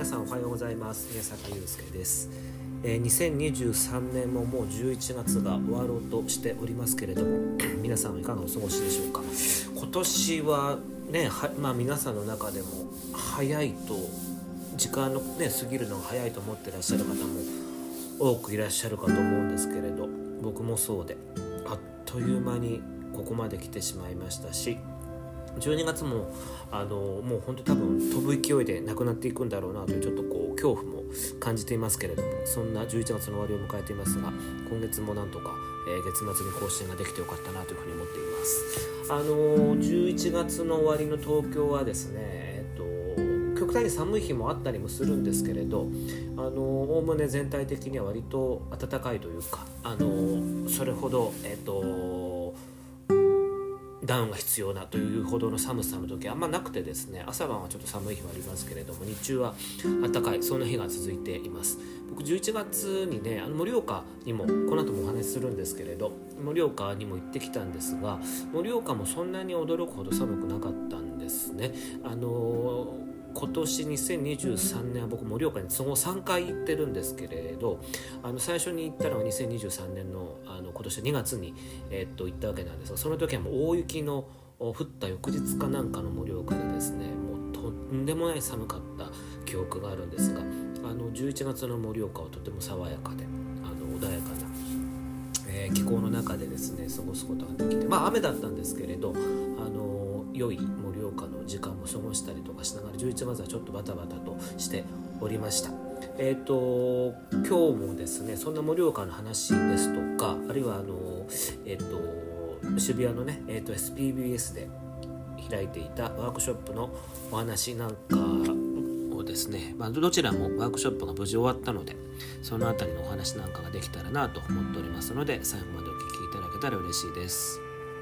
さんおはようございます。宮坂祐介です。2023年ももう11月が終わろうとしておりますけれども皆さんはいかがお過ごしでしょうか。今年はね、皆さんの中でも早いと時間のね過ぎるのが早いと思ってらっしゃる方も多くいらっしゃるかと思うんですけれど、僕もそうであっという間にここまで来てしまいましたし、12月ももう本当多分飛ぶ勢いでなくなっていくんだろうなというちょっと恐怖も感じていますけれども、そんな11月の終わりを迎えていますが、今月もなんとか、月末に更新ができてよかったなというふうに思っています。11月の終わりの東京はですね、極端に寒い日もあったりもするんですけれど、おおむね全体的には割と暖かいというか、それほどダウンが必要なというほどの寒さの時はあんまなくてですね、朝晩はちょっと寒い日はありますけれども、日中は暖かい、そんな日が続いています。僕11月にね、盛岡にもこの後もお話しするんですけれど、盛岡にも行ってきたんですが、盛岡もそんなに驚くほど寒くなかったんですね。今年2023年は僕盛岡に都合3回行ってるんですけれど、最初に行ったのは2023年の今年2月に、行ったわけなんですが、その時はもう大雪の降った翌日かなんかの盛岡でですね、もうとんでもない寒かった記憶があるんですが、11月の盛岡はとても爽やかで穏やかな、気候の中でですね過ごすことができて、雨だったんですけれど良い盛岡の時間も過ごしたりとかしながら、11月はちょっとバタバタとしておりました。今日もですね、そんな盛岡の話ですとか、あるいは渋谷のね、SPBS で開いていたワークショップのお話なんかをですね、どちらもワークショップが無事終わったので、そのあたりのお話なんかができたらなと思っておりますので、最後までお聞きいただけたら嬉しいです。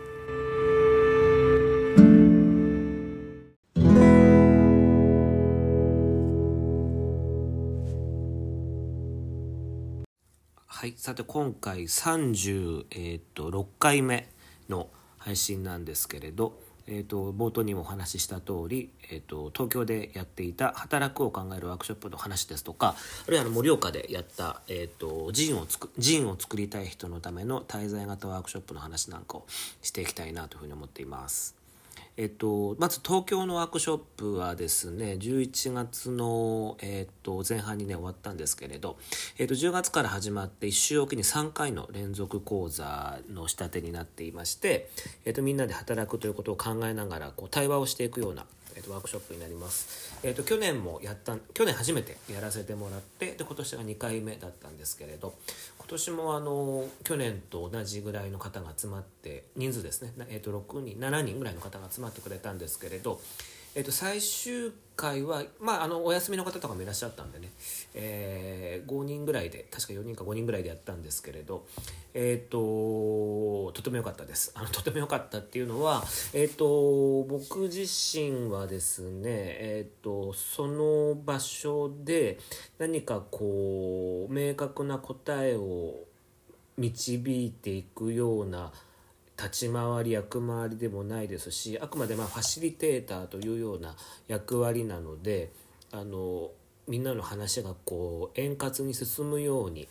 はい、さて今回36回目の配信なんですけれど、冒頭にもお話しした通り、東京でやっていた働くを考えるワークショップの話ですとか、あるいは盛岡でやった、ジンを作りたい人のための滞在型ワークショップの話なんかをしていきたいなというふうに思っています。まず東京のワークショップはですね、11月の、前半にね終わったんですけれど、10月から始まって1週おきに3回の連続講座の仕立てになっていまして、みんなで働くということを考えながら対話をしていくようなワークショップになります。去年初めてやらせてもらって、で今年が2回目だったんですけれど、今年も去年と同じぐらいの方が集まって、人数ですね、6人7人ぐらいの方が集まってくれたんですけれど、最終回は、お休みの方とかもいらっしゃったんでね、5人ぐらいで、確か4人か5人ぐらいでやったんですけれど、とても良かったです。とても良かったっていうのは、僕自身はですね、その場所で何か明確な答えを導いていくような立ち回り役回りでもないですし、あくまでファシリテーターというような役割なので、みんなの話が円滑に進むように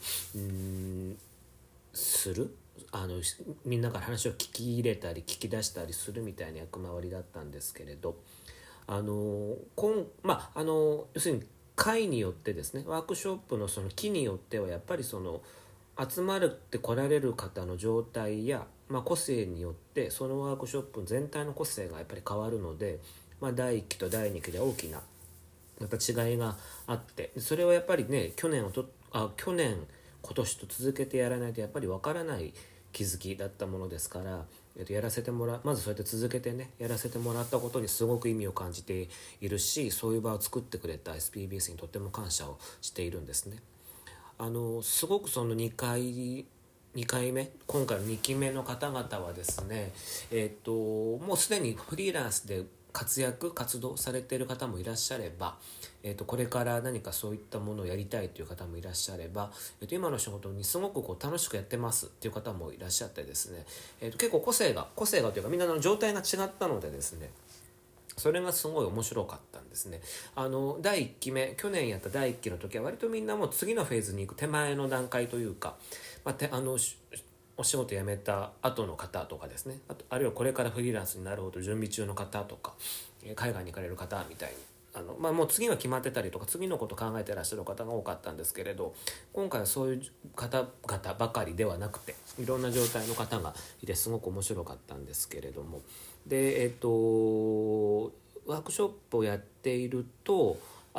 する、みんなから話を聞き入れたり聞き出したりするみたいな役回りだったんですけれど、要するに会によってですね、ワークショップのその期によってはやっぱりその集まるって来られる方の状態や、個性によってそのワークショップ全体の個性がやっぱり変わるので、第1期と第2期で大きなやっぱ違いがあって、それはやっぱりね、去年今年と続けてやらないとやっぱりわからない気づきだったものですから、まずそうやって続けてねやらせてもらったことにすごく意味を感じているし、そういう場を作ってくれた SPBS にとっても感謝をしているんですね。すごくその2回目、今回の2期目の方々はですね、もうすでにフリーランスで活動されている方もいらっしゃれば、これから何かそういったものをやりたいという方もいらっしゃれば、今の仕事にすごく楽しくやってますっていう方もいらっしゃってですね、結構個性がというかみんなの状態が違ったのでですね、 それがすごい面白かったんですね。第1期目、去年やった第1期の時は割とみんなもう次のフェーズに行く手前の段階というか、お仕事辞めた後の方とかですね、あるいはこれからフリーランスになるほど準備中の方とか、海外に行かれる方みたいにもう次が決まってたりとか次のこと考えてらっしゃる方が多かったんですけれど、今回はそういう方々ばかりではなくていろんな状態の方がいてすごく面白かったんですけれども、でワークショップをやっていると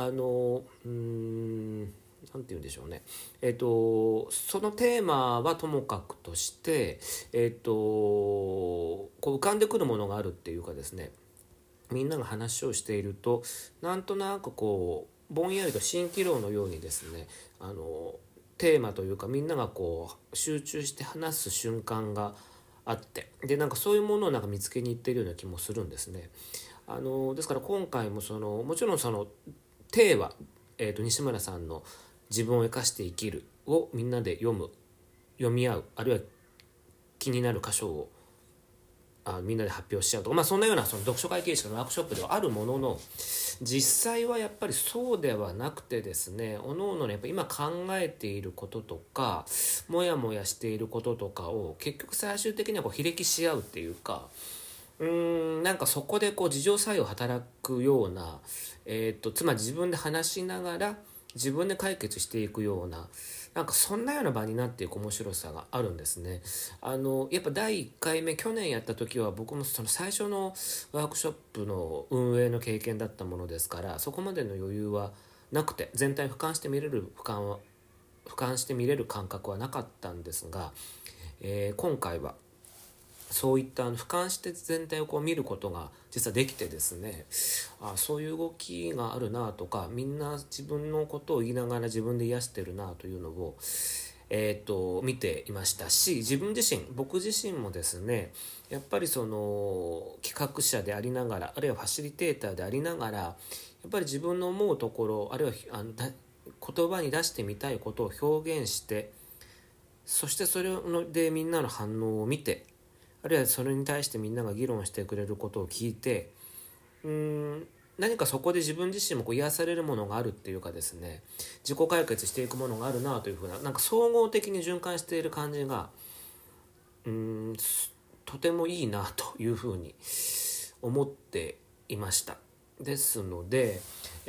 なんて言うんでしょうね、そのテーマはともかくとして、こう浮かんでくるものがあるっていうかですね、みんなが話をしているとなんとなくこうぼんやりと蜃気楼のようにですね、テーマというかみんながこう集中して話す瞬間があって、でなんかそういうものをなんか見つけに行っているような気もするんですね。ですから今回ももちろんそのテーマ、西村さんの自分を生かして生きるをみんなで読み合う、あるいは気になる箇所をみんなで発表しちゃうとか、そんなようなその読書会形式のワークショップではあるものの、実際はやっぱりそうではなくてですね、各々のやっぱ今考えていることとかモヤモヤしていることとかを結局最終的にはこう比歴し合うっていうか、なんかそこでこう自浄作用働くような、つまり自分で話しながら自分で解決していくような、なんかそんなような場になっていく面白さがあるんですね。やっぱ第1回目去年やった時は僕もその最初のワークショップの運営の経験だったものですから、そこまでの余裕はなくて全体俯瞰して見れる感覚はなかったんですが、今回はそういった俯瞰して全体をこう見ることが実はできてですね、そういう動きがあるなとか、みんな自分のことを言いながら自分で癒してるなというのを、見ていましたし、僕自身もですね、やっぱりその企画者でありながら、あるいはファシリテーターでありながら、やっぱり自分の思うところ、あるいは言葉に出してみたいことを表現して、そしてそれでみんなの反応を見て、あるいはそれに対してみんなが議論してくれることを聞いて、何かそこで自分自身もこう癒されるものがあるっていうかですね、自己解決していくものがあるなというふうな、なんか総合的に循環している感じがとてもいいなというふうに思っていました。ですので、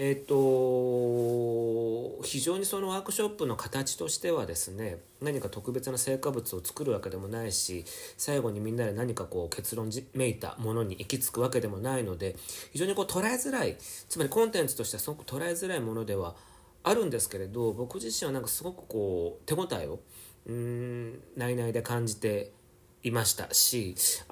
非常にそのワークショップの形としてはですね、何か特別な成果物を作るわけでもないし、最後にみんなで何かこう結論めいたものに行き着くわけでもないので、非常にこう捉えづらい、つまりコンテンツとしてはすごく捉えづらいものではあるんですけれど、僕自身はなんかすごくこう手応えを内々で感じていましたし、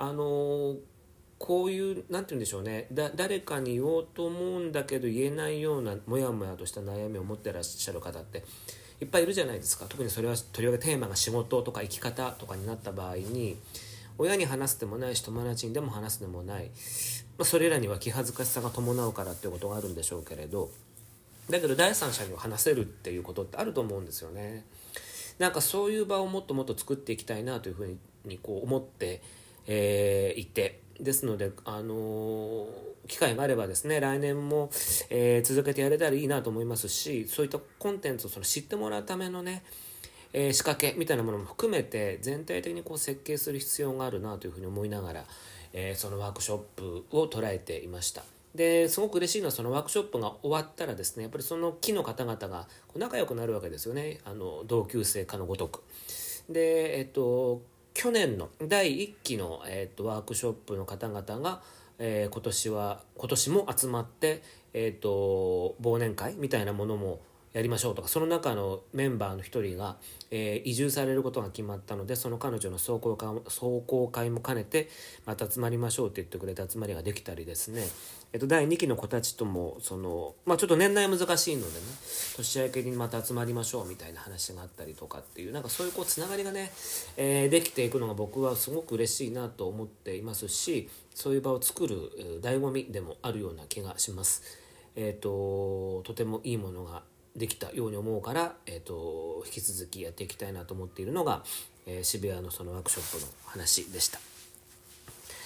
こういうなんて言うんでしょうね、誰かに言おうと思うんだけど言えないようなモヤモヤとした悩みを持ってらっしゃる方っていっぱいいるじゃないですか。特にそれはとりわけテーマが仕事とか生き方とかになった場合に、親に話すでもないし友達にでも話すでもない、それらには気恥ずかしさが伴うからっていうことがあるんでしょうけれど、だけど第三者に話せるっていうことってあると思うんですよね。なんかそういう場をもっともっと作っていきたいなというふうにこう思って、いて、ですので、機会があればですね、来年も、続けてやれたらいいなと思いますし、そういったコンテンツを知ってもらうためのね、仕掛けみたいなものも含めて全体的にこう設計する必要があるなというふうに思いながら、そのワークショップを捉えていました。ですごく嬉しいのは、そのワークショップが終わったらですね、やっぱりその期の方々が仲良くなるわけですよね、同級生かのごとく。で、去年の第1期の、ワークショップの方々が、今年も集まって、忘年会みたいなものもやりましょうとか、その中のメンバーの一人が、移住されることが決まったので、その彼女の壮行会も兼ねてまた集まりましょうって言ってくれた集まりができたりですね、第2期の子たちともちょっと年内難しいのでね、年明けにまた集まりましょうみたいな話があったりとかっていう、なんかそういうこうつながりがね、できていくのが僕はすごく嬉しいなと思っていますし、そういう場を作る醍醐味でもあるような気がします。とてもいいものができたように思うから、引き続きやっていきたいなと思っているのが、渋谷のそのワークショップの話でした。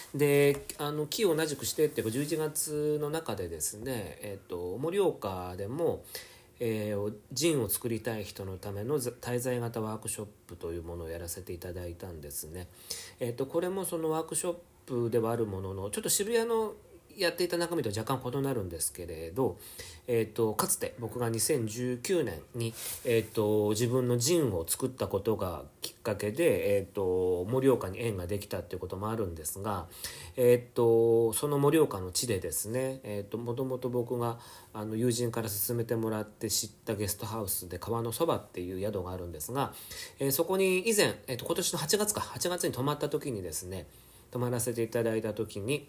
で期を同じくしてっていうか11月の中でですね、盛岡でも、ジンを作りたい人のための滞在型ワークショップというものをやらせていただいたんですね。これもそのワークショップではあるものの、ちょっと渋谷のやっていた中身と若干異なるんですけれど、かつて僕が2019年に、自分のジンを作ったことがきっかけで、盛岡に縁ができたっていうこともあるんですが、その盛岡の地でですね、もともと僕が友人から勧めてもらって知ったゲストハウスで川のそばっていう宿があるんですが、そこに以前、今年の8月に泊まった時にですね、泊まらせていただいた時に、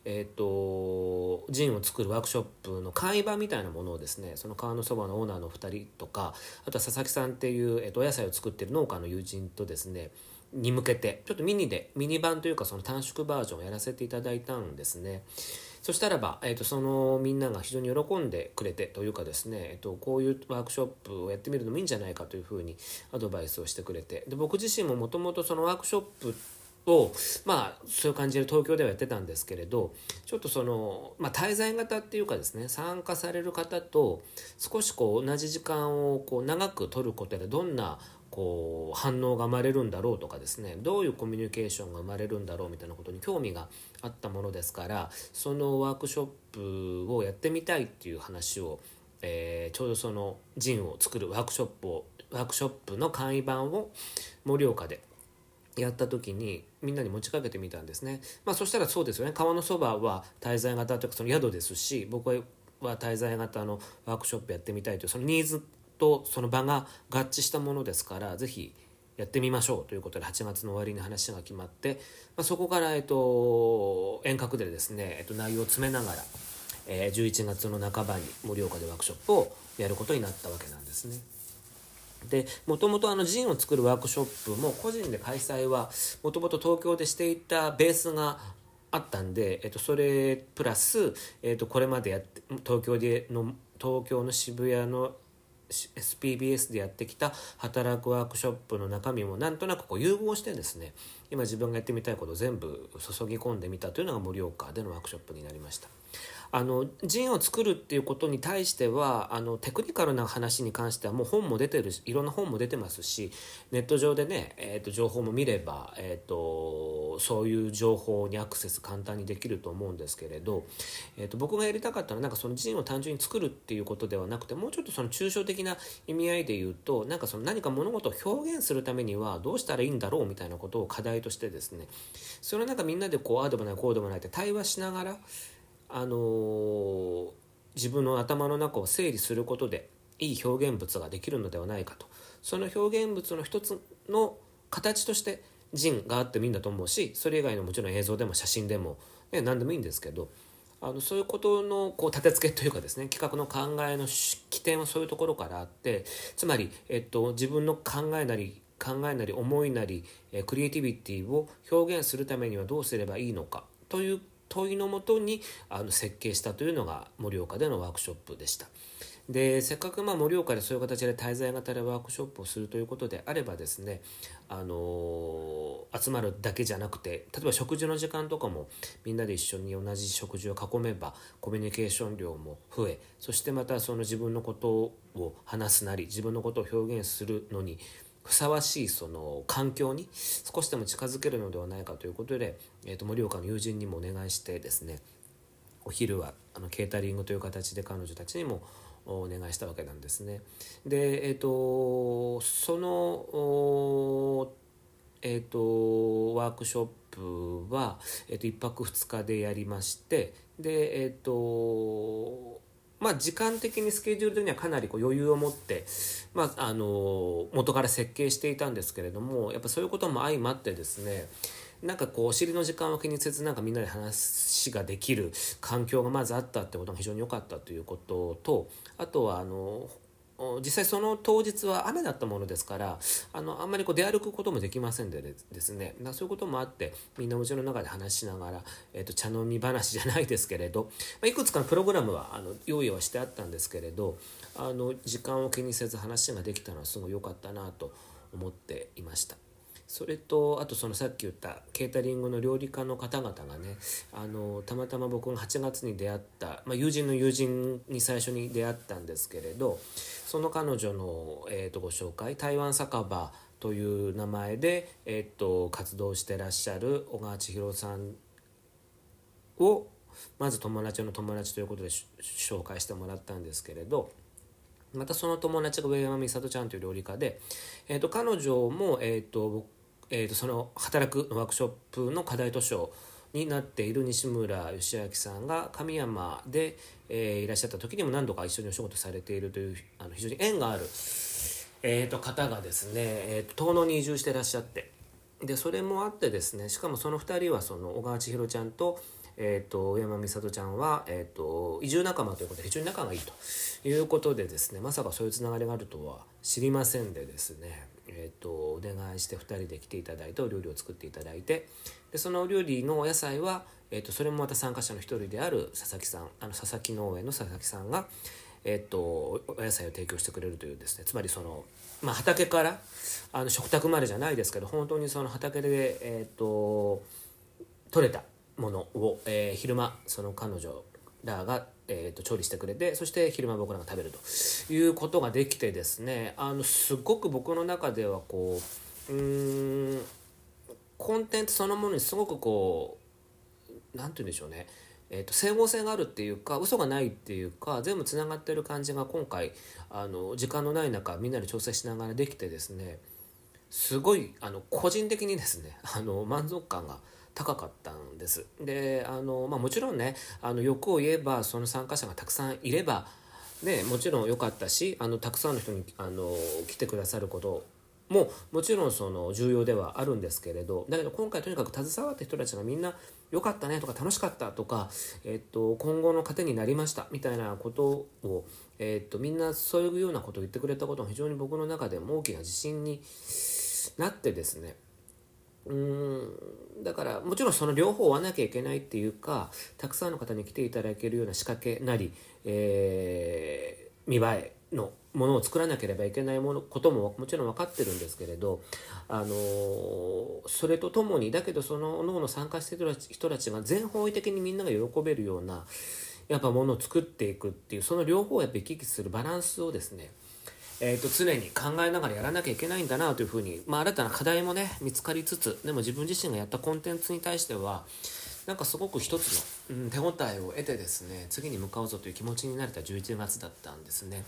ジンを作るワークショップの簡易版みたいなものをですね、その川のそばのオーナーの2人とか、あとは佐々木さんっていう、お野菜を作ってる農家の友人とですねに向けてちょっとミニ版というかその短縮バージョンをやらせていただいたんですね。そしたらば、そのみんなが非常に喜んでくれてというかですね、こういうワークショップをやってみるのもいいんじゃないかというふうにアドバイスをしてくれて、で僕自身ももともとそのワークショップをそういう感じで東京ではやってたんですけれど、ちょっとその、滞在型っていうかですね、参加される方と少し同じ時間を長く取ることでどんな反応が生まれるんだろうとかですね、どういうコミュニケーションが生まれるんだろうみたいなことに興味があったものですから、そのワークショップをやってみたいっていう話を、ちょうどそのジンを作るワークショップの簡易版を盛岡でやった時にみんなに持ちかけてみたんですね。そしたらそうですよね、川のそばは滞在型というかその宿ですし、僕は滞在型のワークショップやってみたいというそのニーズとその場が合致したものですから、ぜひやってみましょうということで8月の終わりに話が決まって、そこから、遠隔でですね、内容を詰めながら、11月の半ばに盛岡でワークショップをやることになったわけなんですね。でもともとジンを作るワークショップも個人で開催はもともと東京でしていたベースがあったんで、それプラス、これまで東京の渋谷のSPBS でやってきた働くワークショップの中身もなんとなく融合してですね、今自分がやってみたいことを全部注ぎ込んでみたというのが盛岡でのワークショップになりました。ジンを作るっていうことに対してはテクニカルな話に関してはもう本も出てるし、いろんな本も出てますし、ネット上でね、情報も見れば、そういう情報にアクセス簡単にできると思うんですけれど、僕がやりたかったのはそのジンを単純に作るっていうことではなくて、もうちょっとその抽象的な意味合いで言うと、その何か物事を表現するためにはどうしたらいいんだろうみたいなことを課題としてですね、それをみんなでああでもないこうでもないって対話しながら自分の頭の中を整理することでいい表現物ができるのではないかと。その表現物の一つの形としてジンがあってもいいんだと思うし、それ以外のもちろん映像でも写真でも、何でもいいんですけど、そういうことの立て付けというかですね、企画の考えの起点はそういうところからあって、つまり、自分の考えなり思いなりクリエイティビティを表現するためにはどうすればいいのかという問いのもとに設計したというのが盛岡でのワークショップでした。でせっかく盛岡でそういう形で滞在型でワークショップをするということであればですね、集まるだけじゃなくて、例えば食事の時間とかもみんなで一緒に同じ食事を囲めばコミュニケーション量も増え、そしてまたその自分のことを話すなり自分のことを表現するのにふさわしいその環境に少しでも近づけるのではないかということで、盛岡の友人にもお願いしてですね、お昼はケータリングという形で彼女たちにもお願いしたわけなんですね。で、そのワークショップは、1泊2日でやりまして、で時間的にスケジュール的にはかなり余裕を持って、元から設計していたんですけれども、やっぱそういうことも相まってですね、お尻の時間を気にせずみんなで話ができる環境がまずあったってことが非常に良かったということと、あとは実際その当日は雨だったものですから、あんまり出歩くこともできませんでですね、そういうこともあってみんなうちの中で話しながら、茶飲み話じゃないですけれど、いくつかのプログラムは用意はしてあったんですけれど、時間を気にせず話ができたのはすごい良かったなと思っていました。 それとあとそのさっき言ったケータリングの料理家の方々がね、たまたま僕が8月に出会った、友人の友人に最初に出会ったんですけれど、その彼女の、ご紹介、台湾酒場という名前で、活動してらっしゃる小川千尋さんをまず友達の友達ということで紹介してもらったんですけれど、またその友達が上山美里ちゃんという料理家で、彼女も、その働くワークショップの課題図書になっている西村義明さんが神山で、いらっしゃった時にも何度か一緒にお仕事されているという非常に縁がある、方がですね、遠野に移住していらっしゃって、でそれもあってですね、しかもその2人はその小川千尋ちゃんと上山美里ちゃんは、移住仲間ということで非常に仲がいいということでですね、まさかそういうつながりがあるとは知りませんでですね、お願いして2人で来ていただいてお料理を作っていただいて、でそのお料理のお野菜は、それもまた参加者の一人である佐々木さん、佐々木農園の佐々木さんが、お野菜を提供してくれるというですね、つまりその、畑から食卓までじゃないですけど、本当にその畑で、取れたものを、昼間その彼女らが、調理してくれて、そして昼間僕らが食べるということができてですね、すごく僕の中ではこうコンテンツそのものにすごくこうなんて言うんでしょうね、整合性があるっていうか嘘がないっていうか全部つながってる感じが今回時間のない中みんなで調整しながらできてですね、すごい個人的にですね満足感が高かったんです。でもちろんね欲を言えばその参加者がたくさんいればね、もちろん良かったしたくさんの人に来てくださることももちろんその重要ではあるんですけれど、だけど今回とにかく携わった人たちがみんな良かったねとか楽しかったとか、今後の糧になりましたみたいなことを、みんなそういうようなことを言ってくれたことが非常に僕の中でも大きな自信になってですね、だからもちろんその両方を追わなきゃいけないっていうか、たくさんの方に来ていただけるような仕掛けなり、見栄えのものを作らなければいけないことももちろん分かってるんですけれど、それとともにだけどその脳の参加している人たちが全方位的にみんなが喜べるようなやっぱものを作っていくっていう、その両方をやっぱり行き来するバランスをですね、常に考えながらやらなきゃいけないんだなというふうに、新たな課題もね見つかりつつ、でも自分自身がやったコンテンツに対してはなんかすごく一つの、手応えを得てですね、次に向かうぞという気持ちになれた11月だったんですね。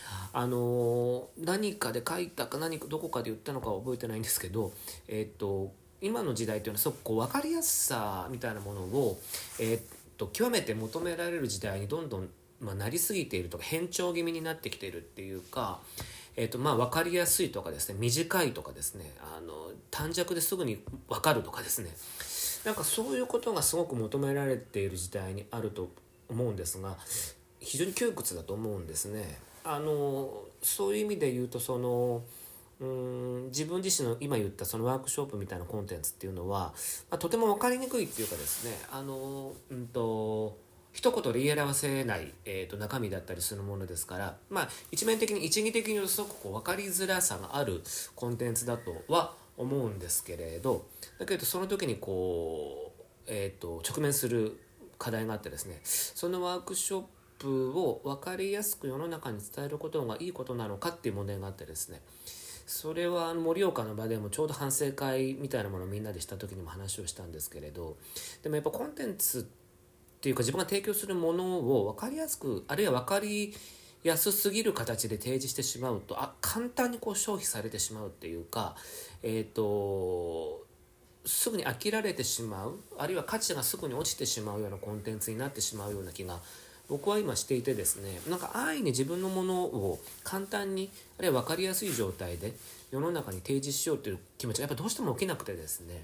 何かで書いたかどこかで言ったのかは覚えてないんですけど、今の時代というのはすごくこう分かりやすさみたいなものを、極めて求められる時代にどんどんなりすぎているとか変調気味になってきているっていうか、分かりやすいとかですね、短いとかですね、短尺ですぐに分かるとかですね、なんかそういうことがすごく求められている時代にあると思うんですが、非常に窮屈だと思うんですね。そういう意味で言うとその自分自身の今言ったそのワークショップみたいなコンテンツっていうのは、とても分かりにくいっていうかですね、一言で言い表せない、中身だったりするものですから、一面的に一義的にすごくこう分かりづらさがあるコンテンツだとは思うんですけれど、だけどその時にこう、直面する課題があってですね、そのワークショップを分かりやすく世の中に伝えることがいいことなのかっていう問題があってですね、それは盛岡の場でもちょうど反省会みたいなものをみんなでした時にも話をしたんですけれど、でもやっぱコンテンツっていうか自分が提供するものを分かりやすく、あるいは分かりやすすぎる形で提示してしまうと簡単にこう消費されてしまうっていうか、すぐに飽きられてしまう、あるいは価値がすぐに落ちてしまうようなコンテンツになってしまうような気が僕は今していてですね、なんか安易に自分のものを簡単にあるいは分かりやすい状態で世の中に提示しようという気持ちがやっぱどうしても起きなくてですね、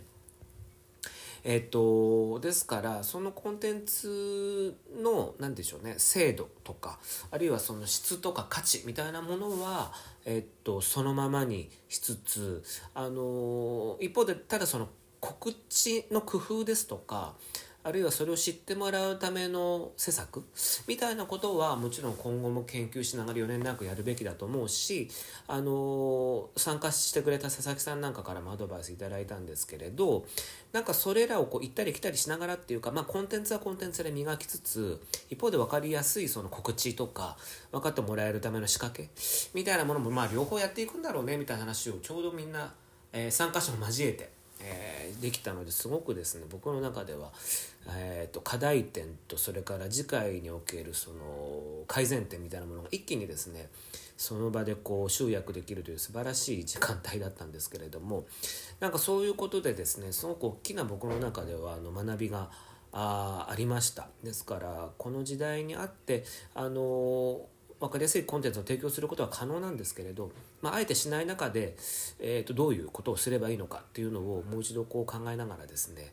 ですからそのコンテンツの何でしょうね、精度とかあるいはその質とか価値みたいなものは、そのままにしつつ、一方でただその告知の工夫ですとかあるいはそれを知ってもらうための施策みたいなことはもちろん今後も研究しながら4年長くやるべきだと思うし、参加してくれた佐々木さんなんかからもアドバイスいただいたんですけれど、なんかそれらをこう行ったり来たりしながらっていうか、コンテンツはコンテンツで磨きつつ、一方で分かりやすいその告知とか分かってもらえるための仕掛けみたいなものも両方やっていくんだろうねみたいな話をちょうどみんな、参加者も交えてできたので、すごくですね僕の中では、課題点とそれから次回におけるその改善点みたいなものが一気にですねその場でこう集約できるという素晴らしい時間帯だったんですけれども、なんかそういうことでですねすごく大きな僕の中では学びがありました。ですからこの時代にあって分かりやすいコンテンツを提供することは可能なんですけれど、あえてしない中で、どういうことをすればいいのかっていうのをもう一度こう考えながらですね、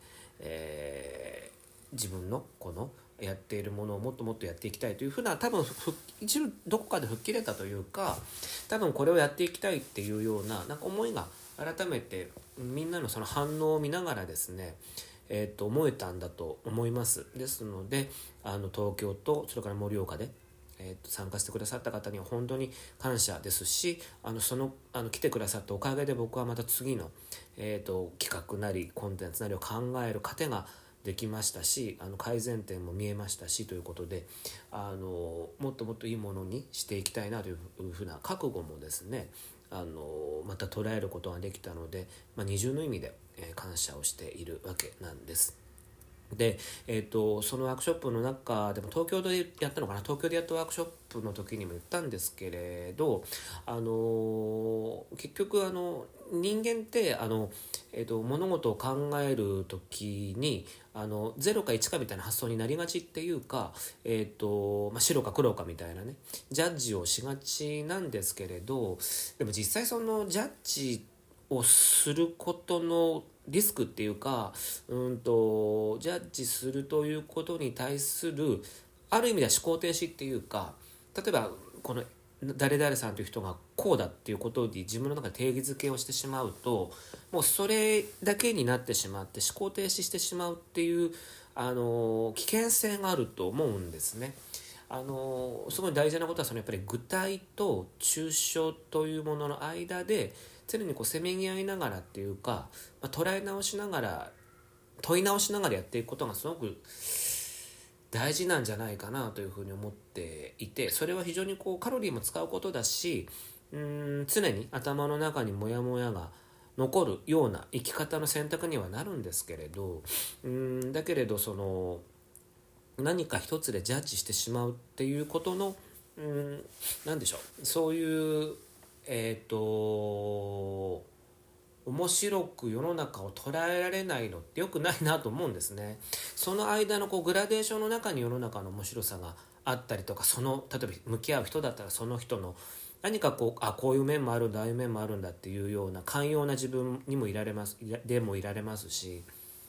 自分のこのやっているものをもっともっとやっていきたいというふうな、多分一度どこかで吹っ切れたというか、多分これをやっていきたいっていうようななんか思いが改めてみんなのその反応を見ながらですね思えたんだと思います。ですので東京とそれから盛岡で参加してくださった方には本当に感謝ですし、来てくださったおかげで僕はまた次の、企画なりコンテンツなりを考える糧ができましたし、改善点も見えましたしということでもっともっといいものにしていきたいなというふうな覚悟もですねまた捉えることができたので、二重の意味で、感謝をしているわけなんです。で、そのワークショップの中でも東京でやったのかな、東京でやったワークショップの時にも言ったんですけれど、結局人間って物事を考える時に0か1かみたいな発想になりがちっていうか、白か黒かみたいなねジャッジをしがちなんですけれど、でも実際そのジャッジをすることのリスクっていうか、ジャッジするということに対するある意味では思考停止っていうか、例えばこの誰々さんという人がこうだっていうことに自分の中で定義づけをしてしまうと、もうそれだけになってしまって思考停止してしまうっていう危険性があると思うんですね。すごい大事なことはやっぱり具体と抽象というものの間で常にこうせめぎ合いながらっていうか、捉え直しながら問い直しながらやっていくことがすごく大事なんじゃないかなというふうに思っていて、それは非常にこうカロリーも使うことだし、常に頭の中にモヤモヤが残るような生き方の選択にはなるんですけれど、だけれど何か一つでジャッジしてしまうっていうことの何でしょう、そういう面白く世の中を捉えられないのってよくないなと思うんですね。その間のグラデーションの中に世の中の面白さがあったりとか、例えば向き合う人だったらその人の何かこういう面もあるんだ、ああいう面もあるんだっていうような寛容な自分にもいられますし、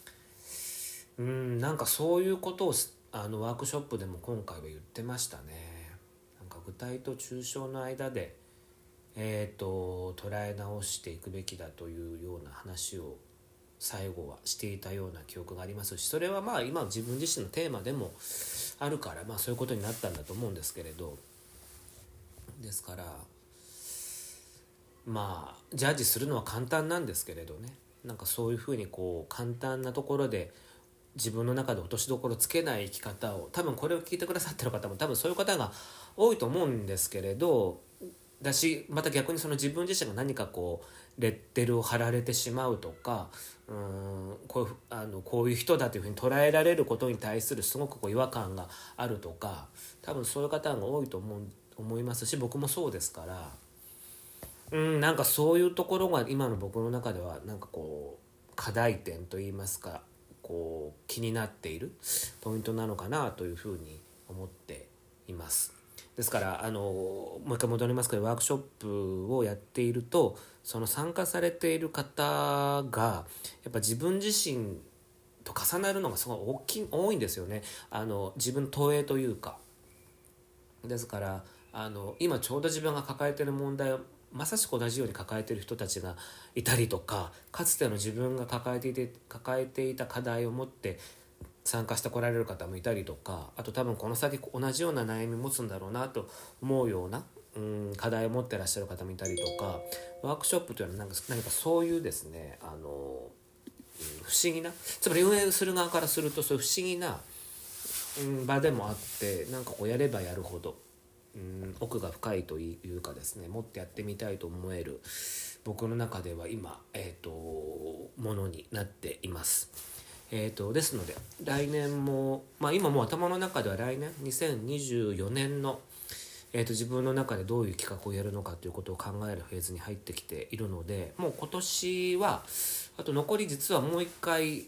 なんかそういうことをワークショップでも今回は言ってましたね。なんか具体と抽象の間で捉え直していくべきだというような話を最後はしていたような記憶がありますし、それは今自分自身のテーマでもあるから、そういうことになったんだと思うんですけれど、ですからジャッジするのは簡単なんですけれどね、なんかそういうふうに簡単なところで自分の中で落としどころつけない生き方を、多分これを聞いてくださってる方も多分そういう方が多いと思うんですけれど、だしまた逆にその自分自身が何かレッテルを貼られてしまうとか、こういう人だというふうに捉えられることに対するすごく違和感があるとか、多分そういう方が多いと思いますし、僕もそうですから、なんかそういうところが今の僕の中ではなんか課題点といいますか、気になっているポイントなのかなというふうに思っています。ですからもう一回戻りますけど、ワークショップをやっているとその参加されている方がやっぱ自分自身と重なるのがすごい多いんですよね。自分投影というか。ですから今ちょうど自分が抱えている問題をまさしく同じように抱えている人たちがいたりとか、かつての自分が抱えていた課題を持って参加してこられる方もいたりとか、あと多分この先同じような悩み持つんだろうなと思うような課題を持ってらっしゃる方もいたりとか、ワークショップというのは何かそういうですね不思議な、つまり運営する側からするとそういう不思議な場でもあって、なんかこうやればやるほど奥が深いというかですね、もっとやってみたいと思える僕の中では今、ものになっています。ですので来年も、今もう頭の中では来年2024年の、自分の中でどういう企画をやるのかということを考えるフェーズに入ってきているので、もう今年はあと残り実はもう一回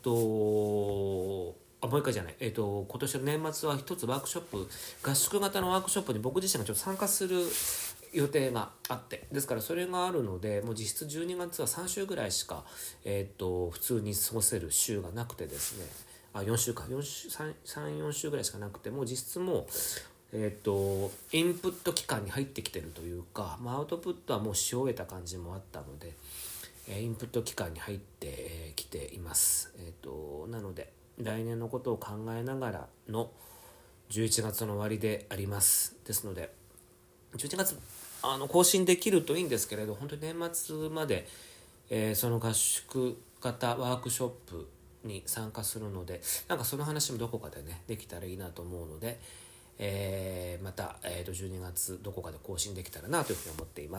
もう一回じゃない、今年の年末は一つワークショップ、合宿型のワークショップに僕自身がちょっと参加する予定があって、ですからそれがあるので、もう実質12月は3週ぐらいしか、普通に過ごせる週がなくてですね、4週か3、4週ぐらいしかなくて、もう実質もうインプット期間に入ってきてるというか、アウトプットはもうし終えた感じもあったので、インプット期間に入ってきています。なので来年のことを考えながらの11月の終わりであります。ですので11月更新できるといいんですけれど、本当に年末まで、その合宿型ワークショップに参加するので、なんかその話もどこかでねできたらいいなと思うので、また、12月どこかで更新できたらなというふうに思っています。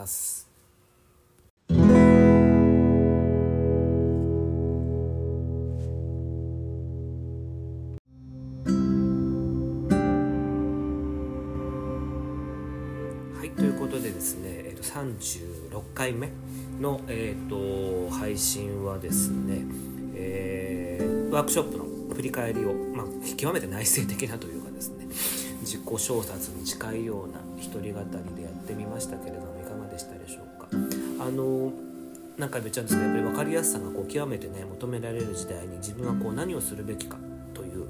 ということでですね、36回目の、配信はですね、ワークショップの振り返りを、極めて内省的なというかですね、自己小説に近いような一人語りでやってみましたけれども、いかがでしたでしょうか。何回も言っちゃうんですけど、やっぱり分かりやすさが極めてね求められる時代に自分は何をするべきかという、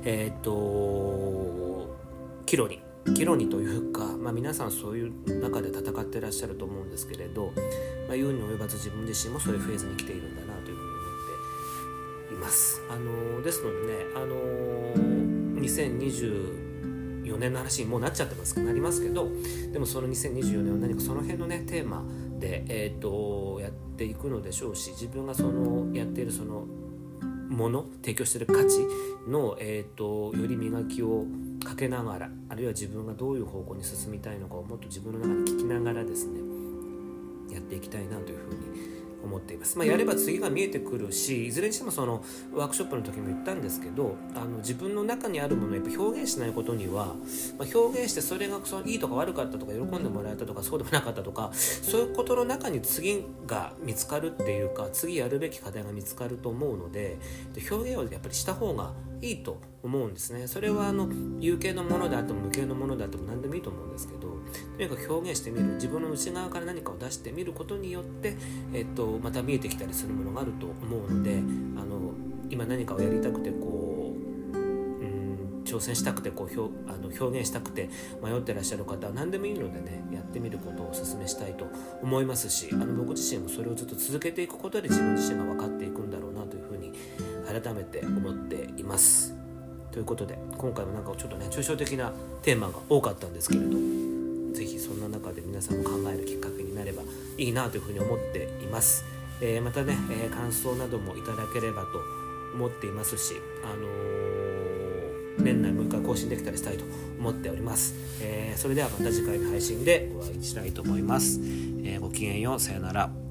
岐路にというか、皆さんそういう中で戦ってらっしゃると思うんですけれど、言うに及ばず自分自身もそういうフェーズに来ているんだなというふうに思っています。ですのでね、2024年の話にもうなっちゃってますなりますけど、でもその2024年は何かその辺のねテーマで、やっていくのでしょうし、自分がそのやっているそのもの提供している価値の、より磨きをかけながら、あるいは自分がどういう方向に進みたいのかをもっと自分の中で聞きながらですねやっていきたいなというふうに思っています。やれば次が見えてくるし、いずれにしてもそのワークショップの時も言ったんですけど、自分の中にあるものをやっぱ表現しないことには、表現してそれがいいとか悪かったとか喜んでもらえたとかそうでもなかったとか、そういうことの中に次が見つかるっていうか、次やるべき課題が見つかると思うので、表現をやっぱりした方がいいと思うんですね。それは有形のものであっても無形のものであっても何でもいいと思うんですけど、とにかく表現してみる、自分の内側から何かを出してみることによって、また見えてきたりするものがあると思うので、今何かをやりたくて挑戦したくて表現したくて迷ってらっしゃる方は何でもいいのでね、やってみることをお勧めしたいと思いますし、僕自身もそれをずっと続けていくことで自分自身が分かっていくんだろうなというふうに改めて思っています。ということで今回もなんかちょっとね抽象的なテーマが多かったんですけれど、ぜひそんな中で皆さんも考えるきっかけになればいいなというふうに思っています。またね、感想などもいただければと思っていますし、年内もう一回更新できたりしたいと思っております。それではまた次回の配信でお会いしたいと思います。ごきげんよう、さよなら。